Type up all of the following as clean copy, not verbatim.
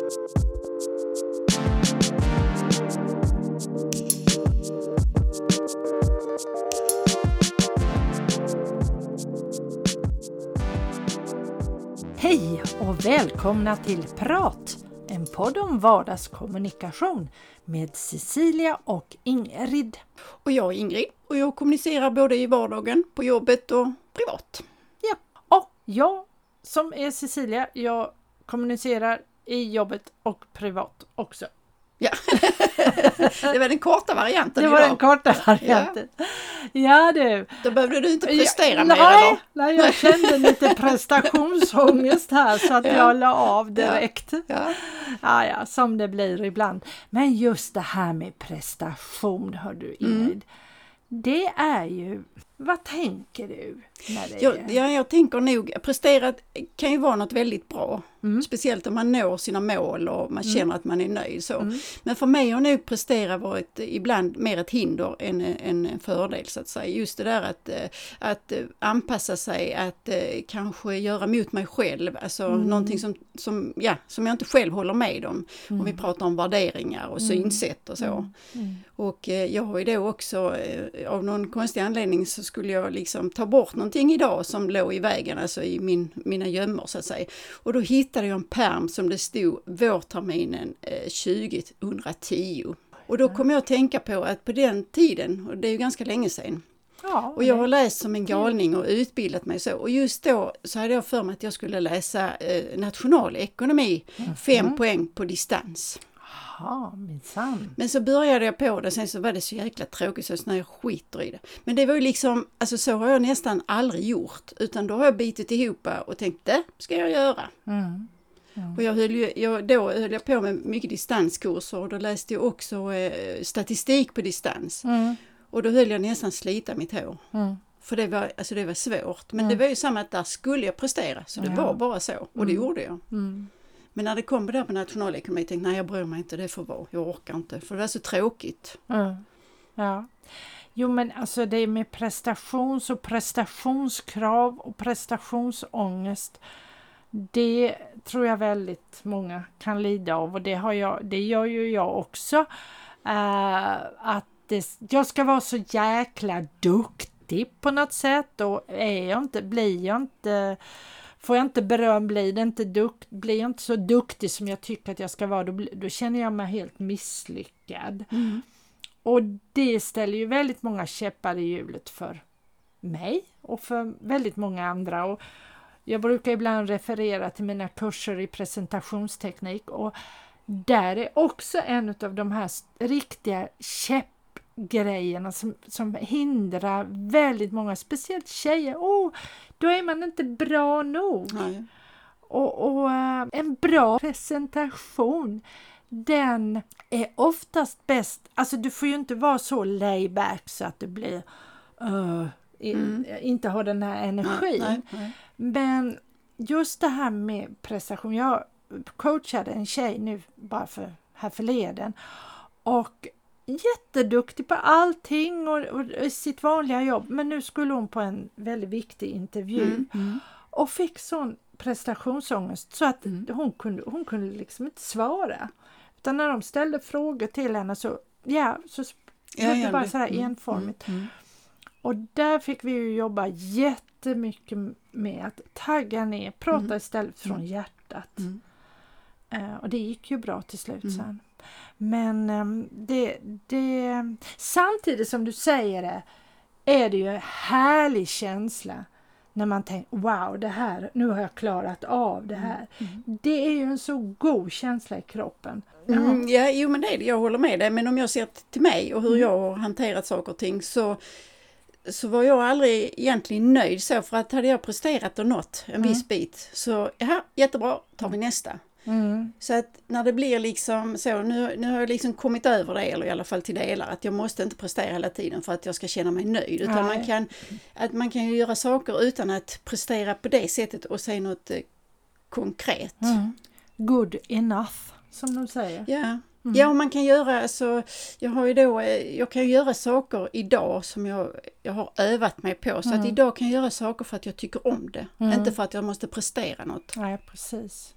Hej och välkomna till Prat, en podd om vardagskommunikation med Cecilia och Ingrid. Och jag är Ingrid och jag kommunicerar både i vardagen, på jobbet och privat. Ja, och jag som är Cecilia, jag kommunicerar i jobbet och privat också. Ja, det var den korta varianten idag. Det var den korta varianten. Ja du. Då behövde du inte prestera mer eller? Nej, jag kände lite prestationsångest här så att jag la av direkt. Ja, som det blir ibland. Men just det här med prestation, hör du Ingrid. Det är ju, vad tänker du? När det jag tänker nog, presterat kan ju vara något väldigt bra. Speciellt om man når sina mål och man känner att man är nöjd. Så. Men för mig har nog prestera varit ibland mer ett hinder än en fördel så att säga. Just det där att anpassa sig, att kanske göra mot mig själv. Alltså någonting som jag inte själv håller med om. Om vi pratar om värderingar och synsätt och så. Och jag har ju då också, av någon konstig anledning så skulle jag liksom ta bort någonting idag som låg i vägen, alltså i mina gömmor så att säga. Och då hittade jag en pärm som det stod vårterminen 2010. Och då kom jag att tänka på att på den tiden, och det är ju ganska länge sedan, och jag har läst som en galning och utbildat mig så. Och just då så hade jag för mig att jag skulle läsa nationalekonomi, 5 poäng på distans. Men så började jag på det, sen så var det så jäkla tråkigt så jag skiter i det. Men det var ju liksom, alltså så har jag nästan aldrig gjort, utan då har jag bitit ihop och tänkt, det ska jag göra. Och då höll jag på med mycket distanskurser och då läste jag också statistik på distans. Och då höll jag nästan slita mitt hår. För det var svårt. Men det var ju samma att där skulle jag prestera, så det var bara så. Och det gjorde jag. Men när det kom där på nationalekonomi tänkte jag, nej jag bryr mig inte, det får vara. Jag orkar inte, för det var så tråkigt. Ja. Jo men alltså det är med prestationskrav och prestationsångest. Det tror jag väldigt många kan lida av och det gör ju jag också. Jag ska vara så jäkla duktig på något sätt och får jag inte beröm, blir jag inte så duktig som jag tycker att jag ska vara, då känner jag mig helt misslyckad. Och det ställer ju väldigt många käppar i hjulet för mig och för väldigt många andra. Och jag brukar ibland referera till mina kurser i presentationsteknik och där är också en av de här riktiga käppgrejerna som hindrar väldigt många, speciellt tjejer. Då är man inte bra nog. Nej. Och en bra presentation, den är oftast bäst. Alltså du får ju inte vara så layback så att du blir inte har den här energin. Nej. Men just det här med prestation. Jag coachade en tjej nu bara här förleden och jätteduktig på allting och sitt vanliga jobb. Men nu skulle hon på en väldigt viktig intervju och fick sån prestationsångest så att hon kunde liksom inte svara. Utan när de ställde frågor till henne så blev det bara sådär enformigt. Och där fick vi ju jobba jättemycket med att tagga ner, prata istället från hjärtat. Och det gick ju bra till slut sen. Men det samtidigt som du säger det är det ju en härlig känsla när man tänker, wow, det här, nu har jag klarat av det här. Det är ju en så god känsla i kroppen. Men jag håller med dig. Men om jag ser till mig och hur jag har hanterat saker och ting så var jag aldrig egentligen nöjd så, för att hade jag presterat och nått en viss bit så, jättebra, tar vi nästa. Så att när det blir liksom så, nu har jag liksom kommit över det, eller i alla fall till delar, att jag måste inte prestera hela tiden för att jag ska känna mig nöjd, utan man kan ju göra saker utan att prestera på det sättet och säga något konkret. Good enough, som de säger. Ja, och man kan göra, alltså, jag kan göra saker idag som jag har övat mig på, så att idag kan jag göra saker för att jag tycker om det, inte för att jag måste prestera något. Nej, precis.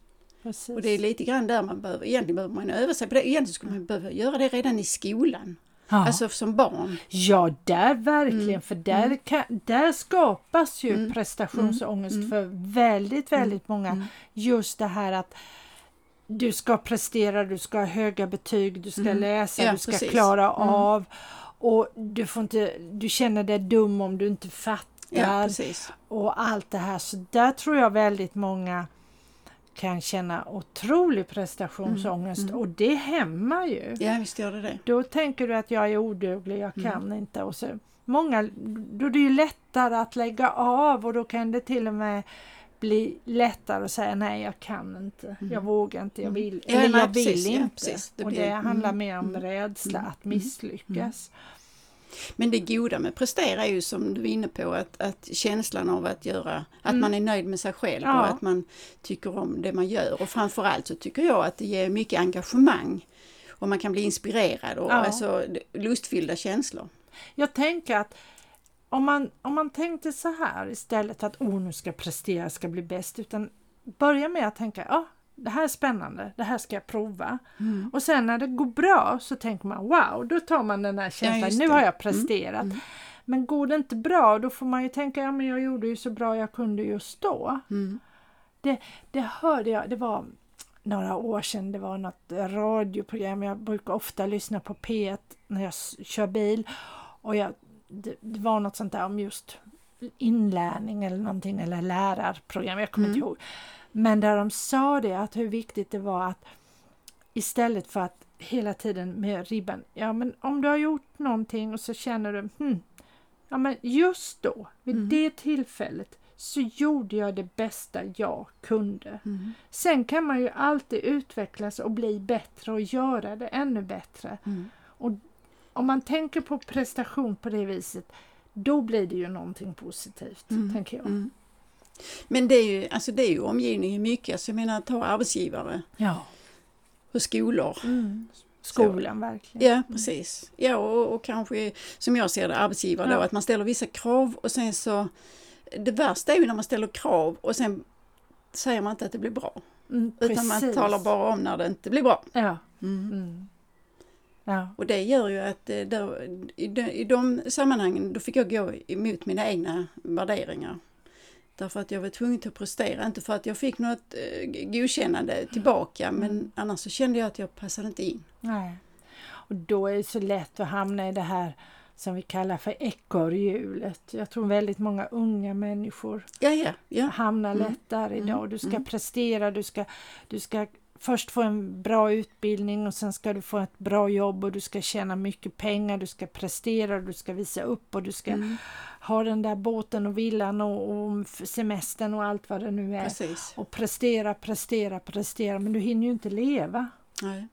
precis. Och det är lite grann där egentligen behöver man öva sig på det. Egentligen skulle man behöva göra det redan i skolan. Ja. Alltså som barn. Ja, där verkligen. För där skapas ju prestationsångest för väldigt många. Just det här att du ska prestera, du ska ha höga betyg, du ska läsa, du ska klara av. Och du känner dig dum om du inte fattar. Och allt det här. Så där tror jag väldigt många kan känna otrolig prestationsångest. Och det hämmar ju. Ja, visst gör det. Då tänker du att jag är oduglig, jag kan inte. Och så, då är det ju lättare att lägga av, och då kan det till och med bli lättare att säga nej, jag kan inte, jag vågar inte, jag vill, eller jag vill inte. Det handlar mer om rädsla att misslyckas. Men det goda med prestera är ju, som du är inne på, att känslan av att göra, att man är nöjd med sig själv och att man tycker om det man gör. Och framförallt så tycker jag att det ger mycket engagemang och man kan bli inspirerad och alltså lustfyllda känslor. Jag tänker att om man tänkte så här istället, att nu ska prestera, ska bli bäst, utan börja med att tänka, det här är spännande, det här ska jag prova. Och sen när det går bra så tänker man, wow, då tar man den här känslan, nu har jag presterat. Men går det inte bra, då får man ju tänka, men jag gjorde ju så bra jag kunde just då. Det hörde jag, det var några år sedan, det var något radioprogram, jag brukar ofta lyssna på P1 när jag kör bil, och det var något sånt där om just inlärning eller någonting, eller lärarprogram, jag kommer inte ihåg. Men där de sa det, att hur viktigt det var att istället för att hela tiden med ribban, men om du har gjort någonting och så känner du, men just då, vid det tillfället så gjorde jag det bästa jag kunde. Sen kan man ju alltid utvecklas och bli bättre och göra det ännu bättre. Och om man tänker på prestation på det viset, då blir det ju någonting positivt, tänker jag. Men det är ju omgivningen mycket. Alltså jag menar, ta arbetsgivare. Ja. Och skolor. Skolan, verkligen. Ja, precis. Ja, och kanske, som jag ser det, arbetsgivare då, att man ställer vissa krav och sen så, det värsta är ju när man ställer krav och sen säger man inte att det blir bra. Utan man talar bara om när det inte blir bra. Ja. Ja. Och det gör ju att i de sammanhangen, då fick jag gå emot mina egna värderingar. Därför att jag var tvungen att prestera. Inte för att jag fick något godkännande tillbaka. Men annars så kände jag att jag passade inte in. Nej. Och då är det så lätt att hamna i det här som vi kallar för ekorrhjulet. Jag tror väldigt många unga människor hamnar lätt där idag. Du ska prestera, du ska först få en bra utbildning och sen ska du få ett bra jobb och du ska tjäna mycket pengar, du ska prestera, du ska visa upp och du ska ha den där båten och villan och semestern och allt vad det nu är. Precis. Och prestera, men du hinner ju inte leva. Nej.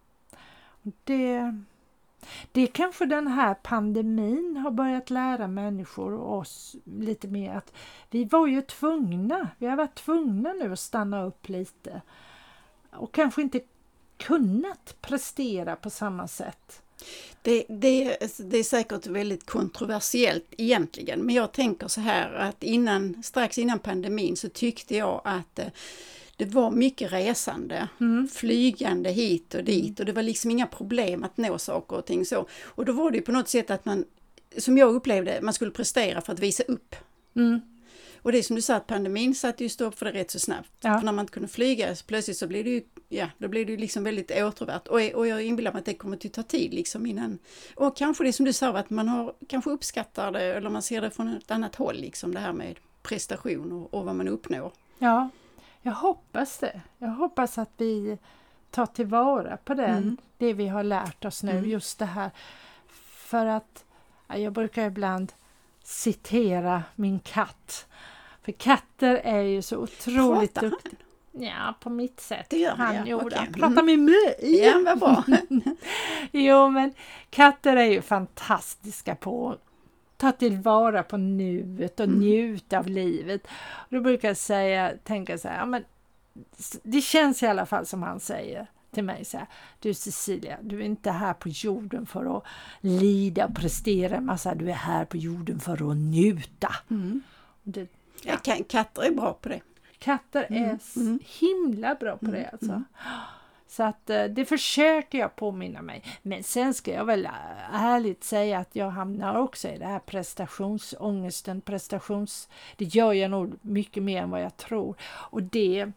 Det kanske den här pandemin har börjat lära människor och oss lite mer, att vi har varit tvungna nu att stanna upp lite. Och kanske inte kunnat prestera på samma sätt. Det är säkert väldigt kontroversiellt egentligen. Men jag tänker så här att strax innan pandemin så tyckte jag att det var mycket resande. Flygande hit och dit. Och det var liksom inga problem att nå saker och ting så. Och då var det ju på något sätt att man, som jag upplevde, man skulle prestera för att visa upp. Och det är som du sa, att pandemin satte ju stopp för det rätt så snabbt. För när man inte kunde flyga så plötsligt så blev det ju, då blev det ju liksom väldigt återvärt. Och jag inbillar mig att det kommer att ta tid liksom innan. Och kanske det som du sa, att man kanske uppskattar det eller man ser det från ett annat håll liksom, det här med prestation och vad man uppnår. Ja, jag hoppas det. Jag hoppas att vi tar tillvara på det vi har lärt oss nu, just det här. För att jag brukar ibland citera min katt. För katter är ju så otroligt duktiga. Ja, på mitt sätt. Det gör han gjorde. Okay. Prata med mig. Ja, vad bra. Jo, men katter är ju fantastiska på att ta tillvara på nuet och njuta av livet. Och då brukar jag tänka så här, men det känns i alla fall som han säger till mig så här: du Cecilia, du är inte här på jorden för att lida och prestera en massa, du är här på jorden för att njuta. Katter är bra på det. Katter är himla bra på det alltså. Så att det försöker jag påminna mig. Men sen ska jag väl ärligt säga att jag hamnar också i det här prestationsångesten. Det gör jag nog mycket mer än vad jag tror. Och det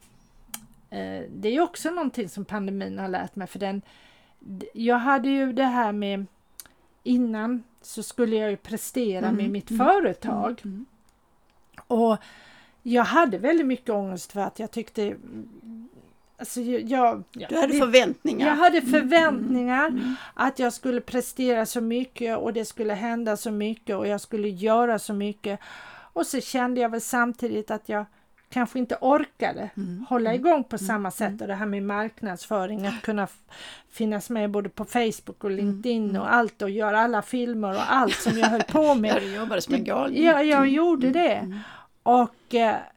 är också någonting som pandemin har lärt mig. För jag hade ju det här med, innan så skulle jag ju prestera med mitt företag. Och jag hade väldigt mycket ångest för att jag tyckte... Alltså du hade förväntningar. Jag hade förväntningar att jag skulle prestera så mycket och det skulle hända så mycket och jag skulle göra så mycket. Och så kände jag väl samtidigt att jag kanske inte orkade hålla igång på samma sätt. Och det här med marknadsföring, att kunna finnas med både på Facebook och LinkedIn och allt och göra alla filmer och allt som jag höll på med. Ja, du jobbade som en galning. Ja, jag gjorde det. Och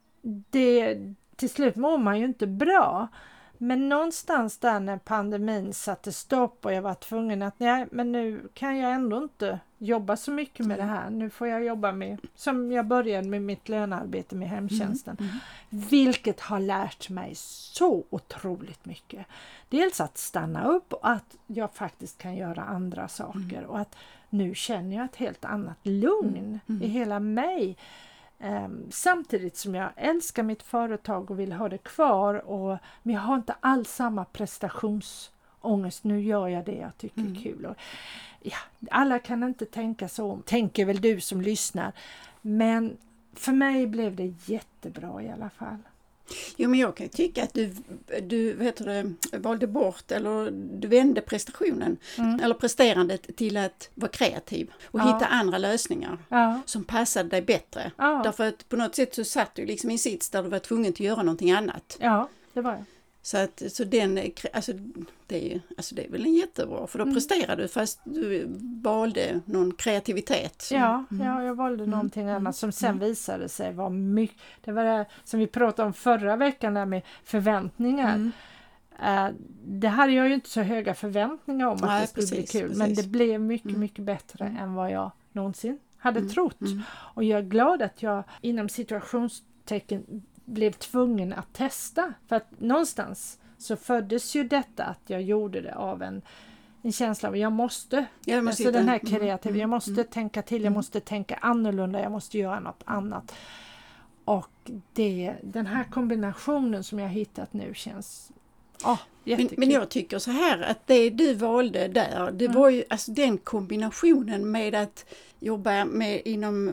till slut mår man ju inte bra. Men någonstans där när pandemin satte stopp och jag var tvungen att men nu kan jag ändå inte jobba så mycket med det här. Nu får jag jobba med, som jag började med mitt lönearbete med hemtjänsten. Vilket har lärt mig så otroligt mycket. Dels att stanna upp och att jag faktiskt kan göra andra saker. Och att nu känner jag ett helt annat lugn i hela mig. Samtidigt som jag älskar mitt företag och vill ha det kvar, men jag har inte alls samma prestationsångest. Nu gör jag det jag tycker är kul. Och, alla kan inte tänka så, tänker väl du som lyssnar, men för mig blev det jättebra i alla fall. Jo, men jag kan tycka att du valde bort, eller du vände prestationen eller presterandet till att vara kreativ och hitta andra lösningar som passade dig bättre. Därför att på något sätt så satt du liksom i sits där du var tvungen att göra någonting annat. Ja, det var jag. Så det är väl en jättebra, för då presterade du fast du valde någon kreativitet. Ja, jag valde någonting annat som sen visade sig vara mycket. Det var det som vi pratade om förra veckan där med förväntningar. Det hade jag ju inte så höga förväntningar om att det skulle bli kul. Precis. Men det blev mycket, mycket bättre än vad jag någonsin hade trott. Och jag är glad att jag inom situationstecken blev tvungen att testa. För att någonstans så föddes ju detta att jag gjorde det av en känsla av jag måste alltså den här kreativa, jag måste tänka till, jag måste tänka annorlunda, jag måste göra något annat. Och den här kombinationen som jag hittat nu känns jättekul. Men jag tycker så här att det du valde där, det var ju alltså den kombinationen med att jobba med inom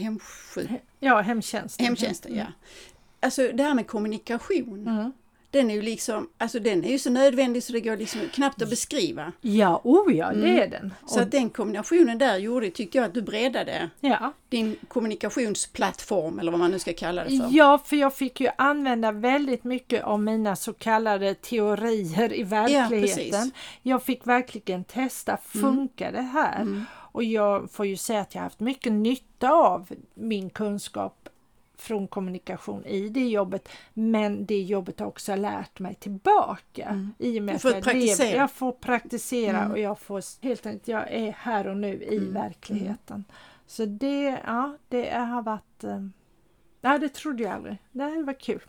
hemtjänsten. Ja. Alltså det här med kommunikation, den är ju liksom, alltså den är ju så nödvändig så det går liksom knappt att beskriva. Ja, det är den. Så att den kombinationen där tyckte jag att du breddade din kommunikationsplattform, eller vad man nu ska kalla det för. Ja, för jag fick ju använda väldigt mycket av mina så kallade teorier i verkligheten. Jag fick verkligen testa, funkar det här? Och jag får ju säga att jag har haft mycket nytta av min kunskap från kommunikation i det jobbet, men det jobbet har också lärt mig tillbaka i och med att jag får praktisera och jag får helt enkelt, jag är här och nu i verkligheten. Så det har varit det trodde jag aldrig. Det var kul.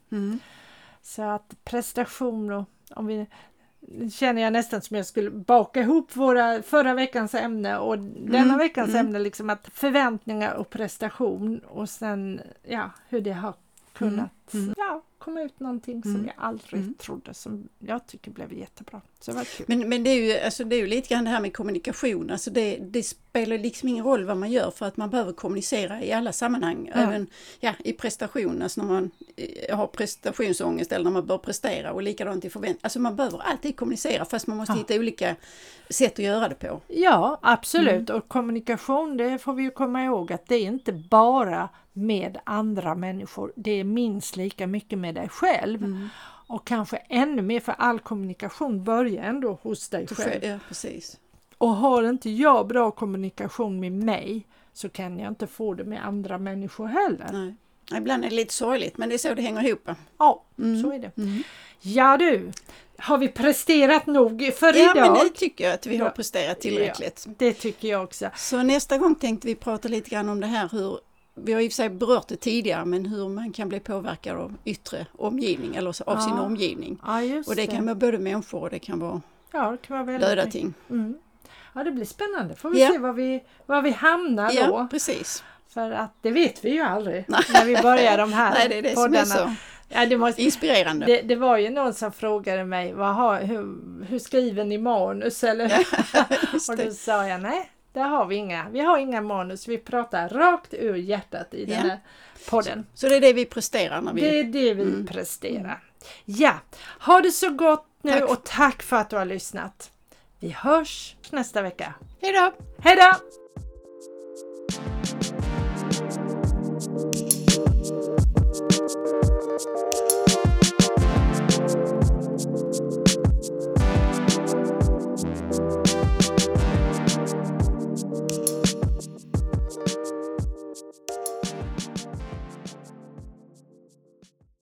Så att prestation och om vi känner jag nästan som jag skulle baka ihop förra veckans ämne och denna veckans ämne, liksom att förväntningar och prestation och sen hur det har kunnat komma ut någonting som jag aldrig trodde, som jag tycker blev jättebra. Så det var kul. Men det är ju lite grann det här med kommunikation, alltså det spelar liksom ingen roll vad man gör, för att man behöver kommunicera i alla sammanhang, även i prestation, alltså när man har prestationsångest eller när man bör prestera, och likadant i förväntningar. Alltså man behöver alltid kommunicera, fast man måste hitta olika sätt att göra det på. Ja, absolut. Och kommunikation, det får vi ju komma ihåg att det är inte bara med andra människor, det är minst lika mycket med dig själv. Och kanske ännu mer, för all kommunikation börjar ändå hos dig själv. Ja, precis. Och har inte jag bra kommunikation med mig, så kan jag inte få det med andra människor heller. Nej. Ibland är det lite sorgligt, men det är så det hänger ihop. Ja, så är det. Ja du, har vi presterat nog för idag? Ja, men det tycker jag att vi har presterat tillräckligt. Ja, det tycker jag också. Så nästa gång tänkte vi prata lite grann om det här, vi har i och för sig berört det tidigare, men hur man kan bli påverkad av yttre omgivning eller av sin omgivning. Ja, just och det kan vara både människor och det kan vara, det kan vara väldigt döda ting. Ja, det blir spännande. Får vi se var vi hamnar då. Ja, precis. För att det vet vi ju aldrig när vi börjar de här Nej, det är det poddarna. som är så inspirerande. Det var ju någon som frågade mig, hur skriver ni manus? Eller? Och då sa jag, nej, där har vi inga. Vi har inga manus, vi pratar rakt ur hjärtat i den här podden. Så det är det vi presterar när vi... Det är det vi presterar. Ja, ha det så gott nu och tack för att du har lyssnat. Vi hörs nästa vecka. Hej då! Hej då!